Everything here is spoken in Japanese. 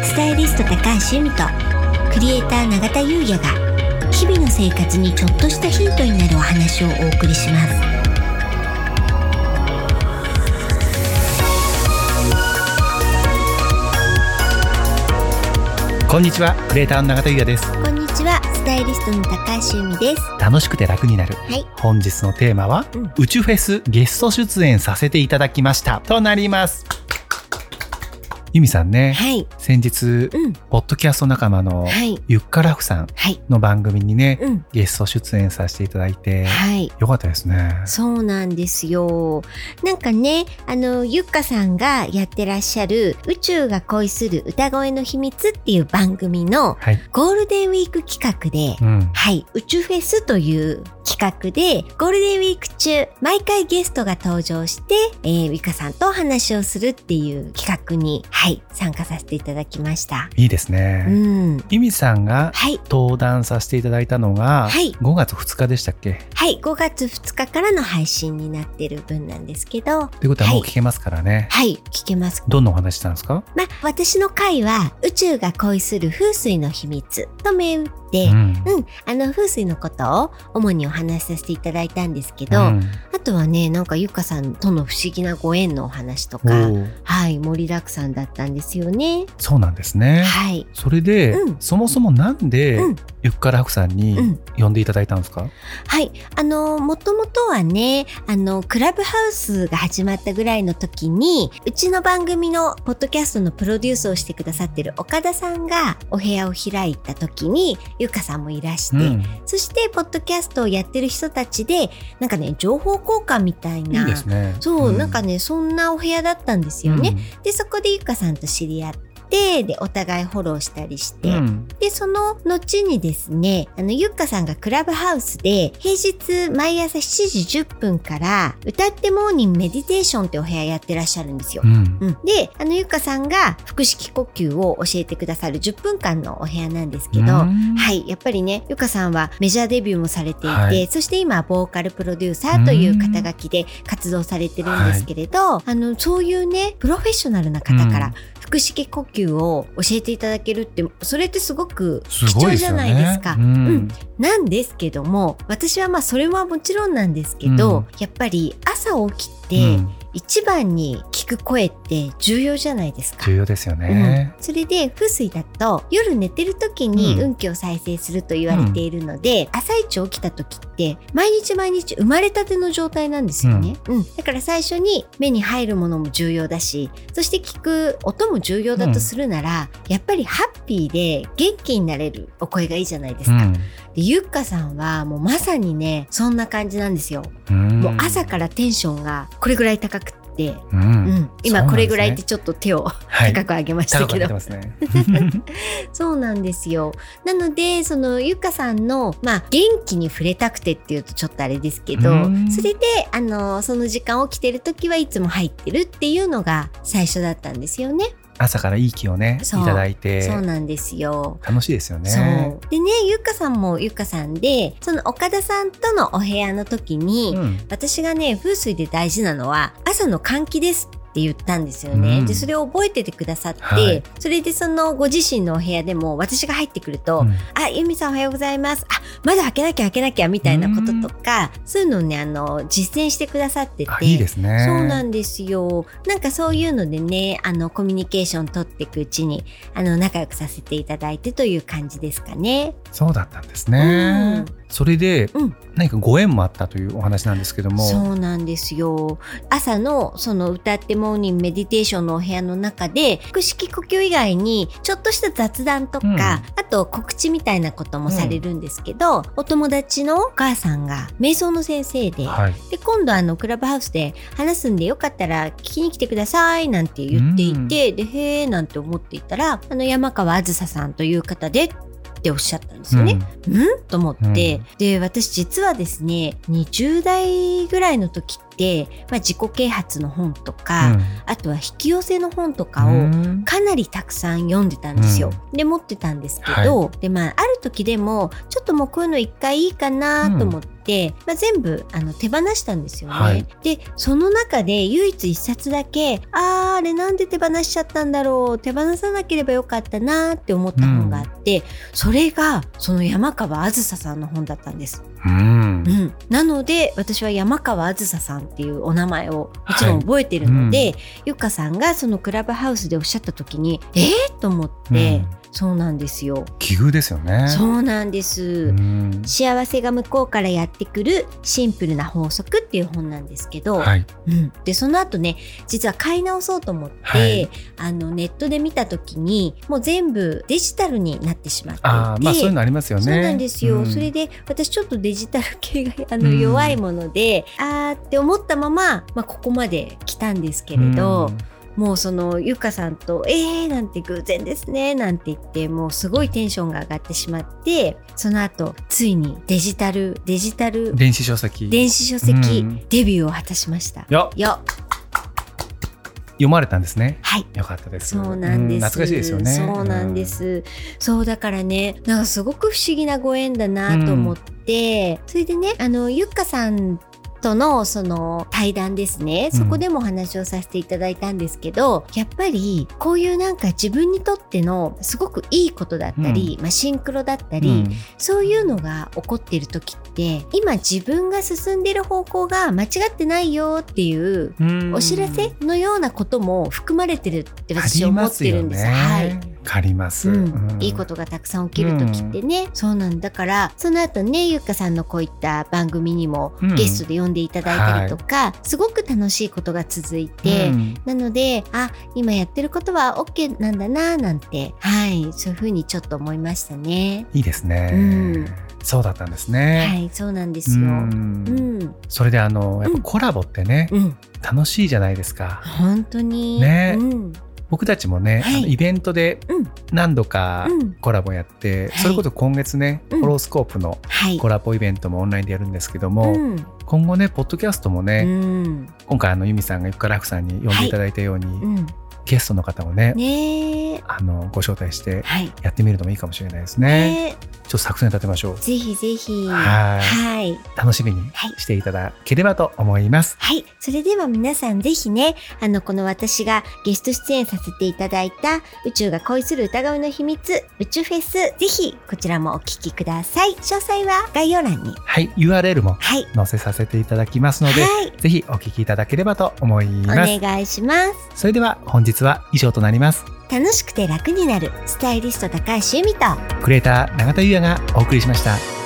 スタイリスト高橋由美とクリエイター永田優也が日々の生活にちょっとしたヒントになるお話をお送りします。 こんにちは、クリエイターの永田優也です。 こんにちは、スタイリストの高橋由美です。 楽しくて楽になる、 はい、 本日のテーマは、宇宙フェスゲスト出演させていただきましたとなります。由美さんね、 はい、 先日、ポッドキャスト仲間のゆっからふさんの番組にね、ゲスト出演させていただいて、よかったですね。 そうなんですよ。なんかね、ゆっかさんがやってらっしゃる宇宙が恋する歌声の秘密っていう番組のゴールデンウィーク企画で、宇宙フェスという企画でゴールデンウィーク中毎回ゲストが登場して、ゆっかさんとお話をするっていう企画に参加させていただきました。 いいですね。由美さんが登壇させていただいたのが5月2日でしたっけ？ はい、5月2日からの配信になってる分なんですけど。 ということはもう聞けますからね。 はい、聞けます。 どんなお話したんですか？ 私の回は宇宙が恋する風水の秘密と銘打って、風水のことを主にお話しさせていただいたんですけど、あとはね、なんかゆかさんとの不思議なご縁のお話とか、盛りだくさんだったんですよね。 そうなんですね。それで、そもそもなんで、ゆっからふさんに呼んでいただいたんですか？ もともとはね、クラブハウスが始まったぐらいの時に、うちの番組のポッドキャストのプロデュースをしてくださってる岡田さんがお部屋を開いた時に、ゆかさんもいらして、そしてポッドキャストをやってる人たちで、なんかね、情報交換みたいな、 いいですね。 なんかね、そんなお部屋だったんですよね。で、そこでゆかさんと知り合って、でお互いフォローしたりして、でその後にですね、ゆっかさんがクラブハウスで平日毎朝7時10分から歌ってモーニングメディテーションってお部屋やってらっしゃるんですよ。でゆっかさんが腹式呼吸を教えてくださる10分間のお部屋なんですけど、やっぱりね、ゆっかさんはメジャーデビューもされていて、そして今はボーカルプロデューサーという肩書きで活動されてるんですけれど、そういうね、プロフェッショナルな方から腹式呼吸を教えていただけるって、それってすごく貴重じゃないですか。なんですけども、私はそれはもちろんなんですけど、やっぱり朝起きて、一番に聞く声って重要じゃないですか。 重要ですよね。 それで風水だと夜寝てる時に運気を再生すると言われているので、朝一起きた時って毎日生まれたての状態なんですよね。だから最初に目に入るものも重要だし、そして聞く音も重要だとするなら、やっぱりハッピーで元気になれるお声がいいじゃないですか。でゆっかさんはもうまさにね、そんな感じなんですよ。もう朝からテンションがこれぐらい高くて、今これぐらいってちょっと手を高く上げましたけど、そうなんですよ。なのでそのゆっかさんの元気に触れたくてっていうとちょっとあれですけど、それでその時間起きてる時はいつも入ってるっていうのが最初だったんですよね。 朝からいい気をねいただいて、 そうなんですよ。 楽しいですよね。 でね、ゆっかさんもゆっかさんで、その岡田さんとのお部屋の時に、私がね、風水で大事なのは朝の換気ですって言ったんですよね。でそれを覚えててくださって、それでそのご自身のお部屋でも私が入ってくると、由美さんおはようございます、まだ開けなきゃみたいなこととか、そういうのをね、実践してくださってて、 いいですね。 そうなんですよ。なんかそういうのでね、コミュニケーション取っていくうちに仲良くさせていただいてという感じですかね。 そうだったんですね。それで、何かご縁もあったというお話なんですけども。 そうなんですよ。朝のその歌ってモーニングメディテーションのお部屋の中で、腹式呼吸以外にちょっとした雑談とか、あと告知みたいなこともされるんですけど、お友達のお母さんが瞑想の先生で、で今度クラブハウスで話すんでよかったら聞きに来てくださいなんて言っていて、でへーなんて思っていたら、山川あずささんという方でっておっしゃったんですよね。と思って、で私実はですね、20代ぐらいの時って自己啓発の本とか、あとは引き寄せの本とかをかなりたくさん読んでたんですよ。で持ってたんですけど、である時でもちょっともうこういうの一回いいかなと思って、 て、全部手放したんですよね。でその中で唯一1冊だけあれなんで手放しちゃったんだろう、手放さなければよかったなって思った本があって、それがその山川あずささんの本だったんです。なので私は山川あずささんっていうお名前をもちろん覚えてるので、ゆかさんがそのクラブハウスでおっしゃった時にと思って、そうなんですよ。 奇遇ですよね。 そうなんです。幸せが向こうからやってくるシンプルな法則っていう本なんですけど、でその後ね、実は買い直そうと思って、ネットで見た時にもう全部デジタルになってしまっていて、 そういうのありますよね。 そうなんですよ。それで私ちょっとデジタル系が弱いもので、って思ったまま、ここまで来たんですけれど、もうそのゆかさんとなんて偶然ですねなんて言って、もうすごいテンションが上がってしまって、その後ついにデジタル電子書籍デビューを果たしました。 読まれたんですね。 はい。 よかったです。 そうなんです。 懐かしいですよね。 そうなんです。そうだからね、なんかすごく不思議なご縁だなと思って、それでね、ゆかさんとのその対談ですね、そこでもお話をさせていただいたんですけど、やっぱりこういうなんか自分にとってのすごくいいことだったり、シンクロだったり、そういうのが起こっている時って今自分が進んでいる方向が間違ってないよっていうお知らせのようなことも含まれてるって私は思ってるんです。 わかります、 いいことがたくさん起きる時ってね、そうなんだから、その後ね、ゆかさんのこういった番組にもゲストで呼んでいただいたりとか、すごく楽しいことが続いて、なので今やってることは OK なんだななんて、そういうふうにちょっと思いましたね。 いいですね、そうだったんですね。 はい、そうなんですよ。 それでやっぱコラボってね、楽しいじゃないですか。 本当にね、僕たちもね、イベントで何度かコラボやって、それこそ今月ね、ホロスコープのコラボイベントもオンラインでやるんですけども、今後ねポッドキャストもね、今回ユミさんがゆっからふさんに呼んでいただいたように、ゲストの方をねご招待してやってみるのもいいかもしれないですね。ちょっと作戦立てましょう。 ぜひぜひ。 楽しみにしていただければと思います。 それでは皆さんぜひね、この私がゲスト出演させていただいた宇宙が恋する歌声の秘密宇宙フェス、ぜひこちらもお聞きください。詳細は概要欄に URL も載せさせていただきますので、ぜひお聞きいただければと思います。 お願いします。 それでは本日は以上となります。 楽しくて楽になるスタイリスト高橋由美とクリエイター永田優也がお送りしました。